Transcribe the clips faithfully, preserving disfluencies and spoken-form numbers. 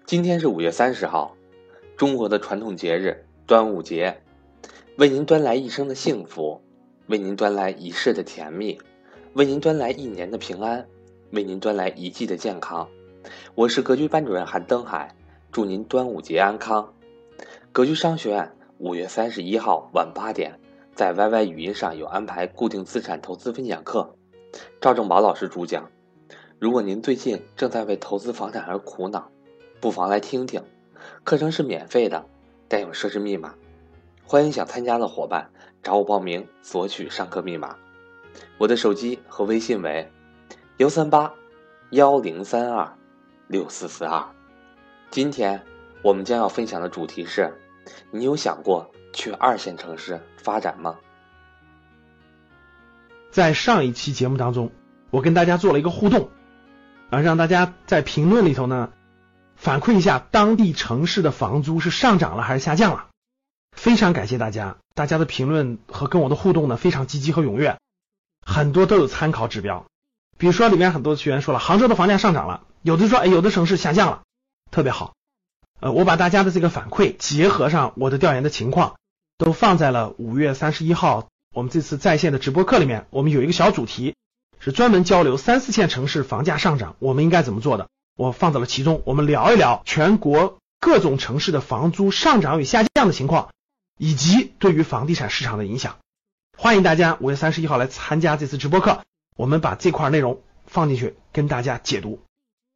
今天是五月三十号，中国的传统节日端午节，为您端来一生的幸福，为您端来一世的甜蜜，为您端来一年的平安，为您端来一季的健康。我是格局班主任韩登海，祝您端午节安康。格局商学院五月三十一号晚八点，在 Y Y 语音上有安排固定资产投资分享课，赵正宝老师主讲。如果您最近正在为投资房产而苦恼，不妨来听听，课程是免费的，带有设置密码，欢迎想参加的伙伴找我报名索取上课密码。我的手机和微信为幺三八幺零三二六四四二。今天我们将要分享的主题是：你有想过去二线城市发展吗？ 在上一期节目当中，我跟大家做了一个互动，啊，让大家在评论里头呢反馈一下当地城市的房租是上涨了还是下降了。非常感谢大家，大家的评论和跟我的互动呢非常积极和踊跃，很多都有参考指标。比如说里面很多学员说了，杭州的房价上涨了，有的说哎，有的城市下降了，特别好。呃，我把大家的这个反馈结合上我的调研的情况，都放在了五月三十一号我们这次在线的直播课里面。我们有一个小主题是专门交流三四线城市房价上涨我们应该怎么做的，我放在了其中。我们聊一聊全国各种城市的房租上涨与下降的情况，以及对于房地产市场的影响。欢迎大家五月三十一号来参加这次直播课，我们把这块内容放进去跟大家解读。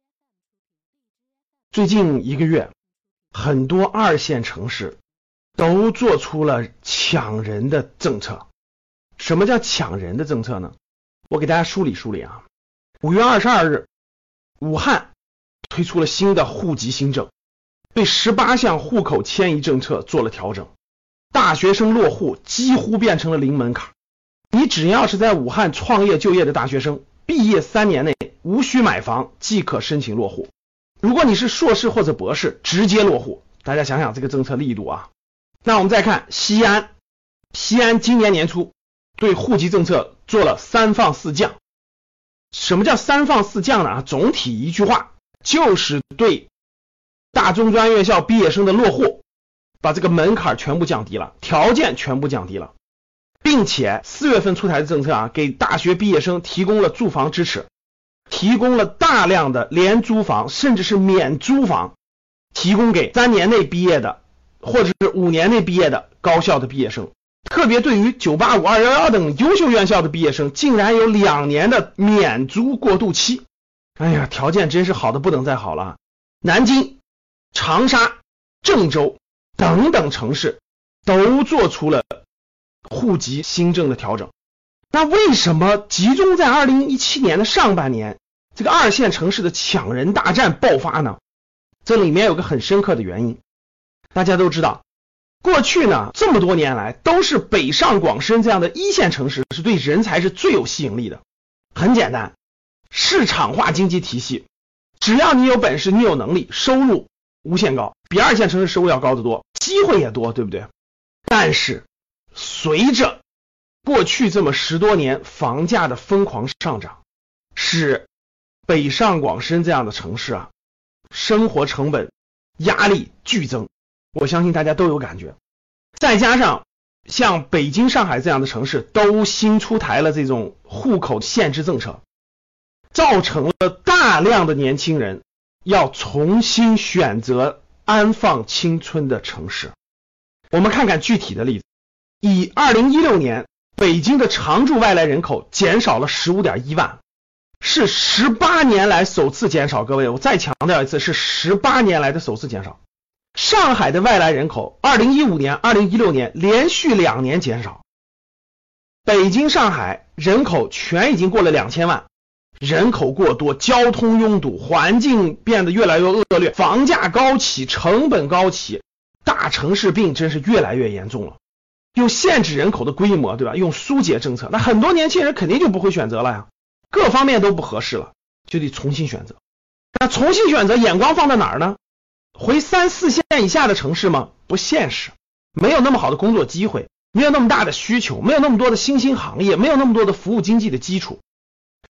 最近一个月，很多二线城市都做出了抢人的政策。什么叫抢人的政策呢？我给大家梳理梳理啊。五月二十二日，武汉推出了新的户籍新政，对十八项户口迁移政策做了调整，大学生落户几乎变成了零门槛。你只要是在武汉创业就业的大学生，毕业三年内无需买房即可申请落户。如果你是硕士或者博士，直接落户。大家想想这个政策力度啊。那我们再看西安，西安今年年初对户籍政策做了三放四降。什么叫三放四降呢？总体一句话，就是对大中专院校毕业生的落户把这个门槛全部降低了，条件全部降低了，并且四月份出台的政策啊，给大学毕业生提供了住房支持，提供了大量的廉租房甚至是免租房，提供给三年内毕业的或者是五年内毕业的高校的毕业生。特别对于九八五、二一一等优秀院校的毕业生，竟然有两年的免租过渡期。哎呀，条件真是好的不能再好了。南京、长沙、郑州等等城市都做出了户籍新政的调整。那为什么集中在二零一七年的上半年，这个二线城市的抢人大战爆发呢？这里面有个很深刻的原因。大家都知道，过去呢这么多年来都是北上广深这样的一线城市是对人才是最有吸引力的。很简单，市场化经济体系，只要你有本事，你有能力，收入无限高，比二线城市收入要高得多，机会也多，对不对？但是随着过去这么十多年房价的疯狂上涨，使北上广深这样的城市啊，生活成本压力剧增，我相信大家都有感觉。再加上像北京、上海这样的城市都新出台了这种户口限制政策，造成了大量的年轻人要重新选择安放青春的城市。我们看看具体的例子。以二零一六年北京的常住外来人口减少了 十五点一万，是十八年来首次减少。各位，我再强调一次，是十八年来的首次减少。上海的外来人口二零一五年、二零一六年连续两年减少。北京、上海人口全已经过了两千万，人口过多，交通拥堵，环境变得越来越恶劣，房价高企，成本高企，大城市病真是越来越严重了。又限制人口的规模，对吧？用疏解政策，那很多年轻人肯定就不会选择了呀，各方面都不合适了，就得重新选择。那重新选择眼光放在哪儿呢？回三四线以下的城市吗？不现实，没有那么好的工作机会，没有那么大的需求，没有那么多的新兴行业，没有那么多的服务经济的基础。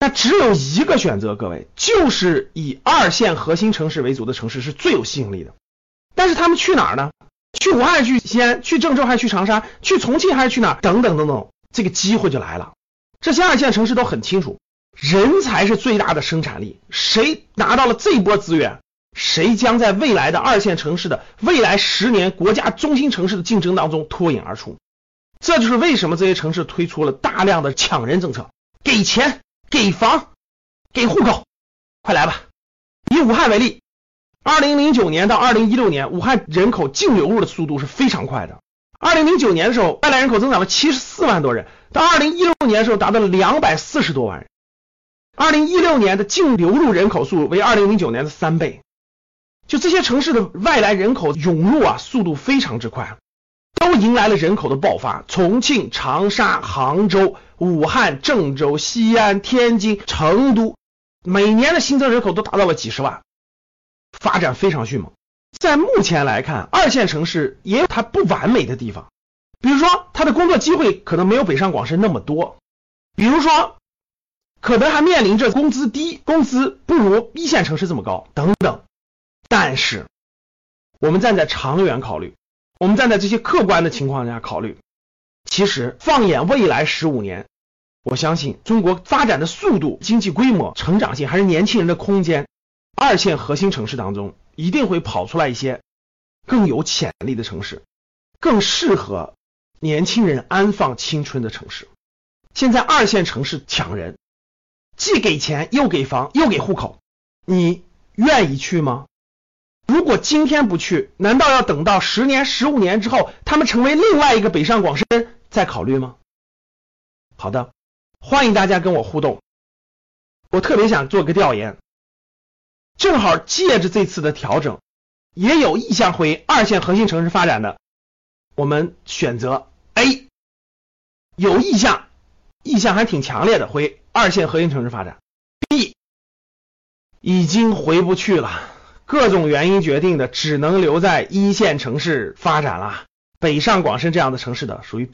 那只有一个选择，各位，就是以二线核心城市为主的城市是最有吸引力的。但是他们去哪儿呢？去武汉、去西安、去郑州还是去长沙、去重庆还是去哪儿？等等等等，这个机会就来了。这些二线城市都很清楚，人才是最大的生产力，谁拿到了这一波资源，谁将在未来的二线城市的未来十年国家中心城市的竞争当中脱颖而出。这就是为什么这些城市推出了大量的抢人政策，给钱、给房、给户口，快来吧。以武汉为例，二零零九年到二零一六年，武汉人口净流入的速度是非常快的。二零零九年的时候，外来人口增长了七十四万多人，到二零一六年的时候达到了两百四十多万人。二零一六年的净流入人口数为二零零九年的三倍。就这些城市的外来人口涌入啊，速度非常之快，都迎来了人口的爆发。重庆、长沙、杭州、武汉、郑州、西安、天津、成都，每年的新增人口都达到了几十万，发展非常迅猛。在目前来看，二线城市也有它不完美的地方，比如说它的工作机会可能没有北上广深那么多，比如说可能还面临着工资低，工资不如一线城市这么高等等。但是我们站在长远考虑，我们站在这些客观的情况下考虑，其实放眼未来十五年，我相信中国发展的速度、经济规模、成长性还是年轻人的空间，二线核心城市当中一定会跑出来一些更有潜力的城市，更适合年轻人安放青春的城市。现在二线城市抢人，既给钱又给房又给户口，你愿意去吗？如果今天不去，难道要等到十年、十五年之后，他们成为另外一个北上广深再考虑吗？好的，欢迎大家跟我互动。我特别想做个调研，正好借着这次的调整，也有意向回二线核心城市发展的，我们选择 A， 有意向，意向还挺强烈的回二线核心城市发展。 B， 已经回不去了，各种原因决定的，只能留在一线城市发展了。北上广深这样的城市的属于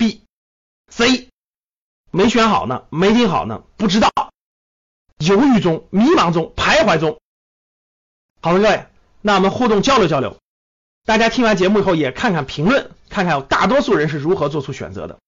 B。C， 没选好呢，没听好呢，不知道，犹豫中、迷茫中、徘徊中。好了，各位，那我们互动交流交流，大家听完节目以后也看看评论，看看大多数人是如何做出选择的。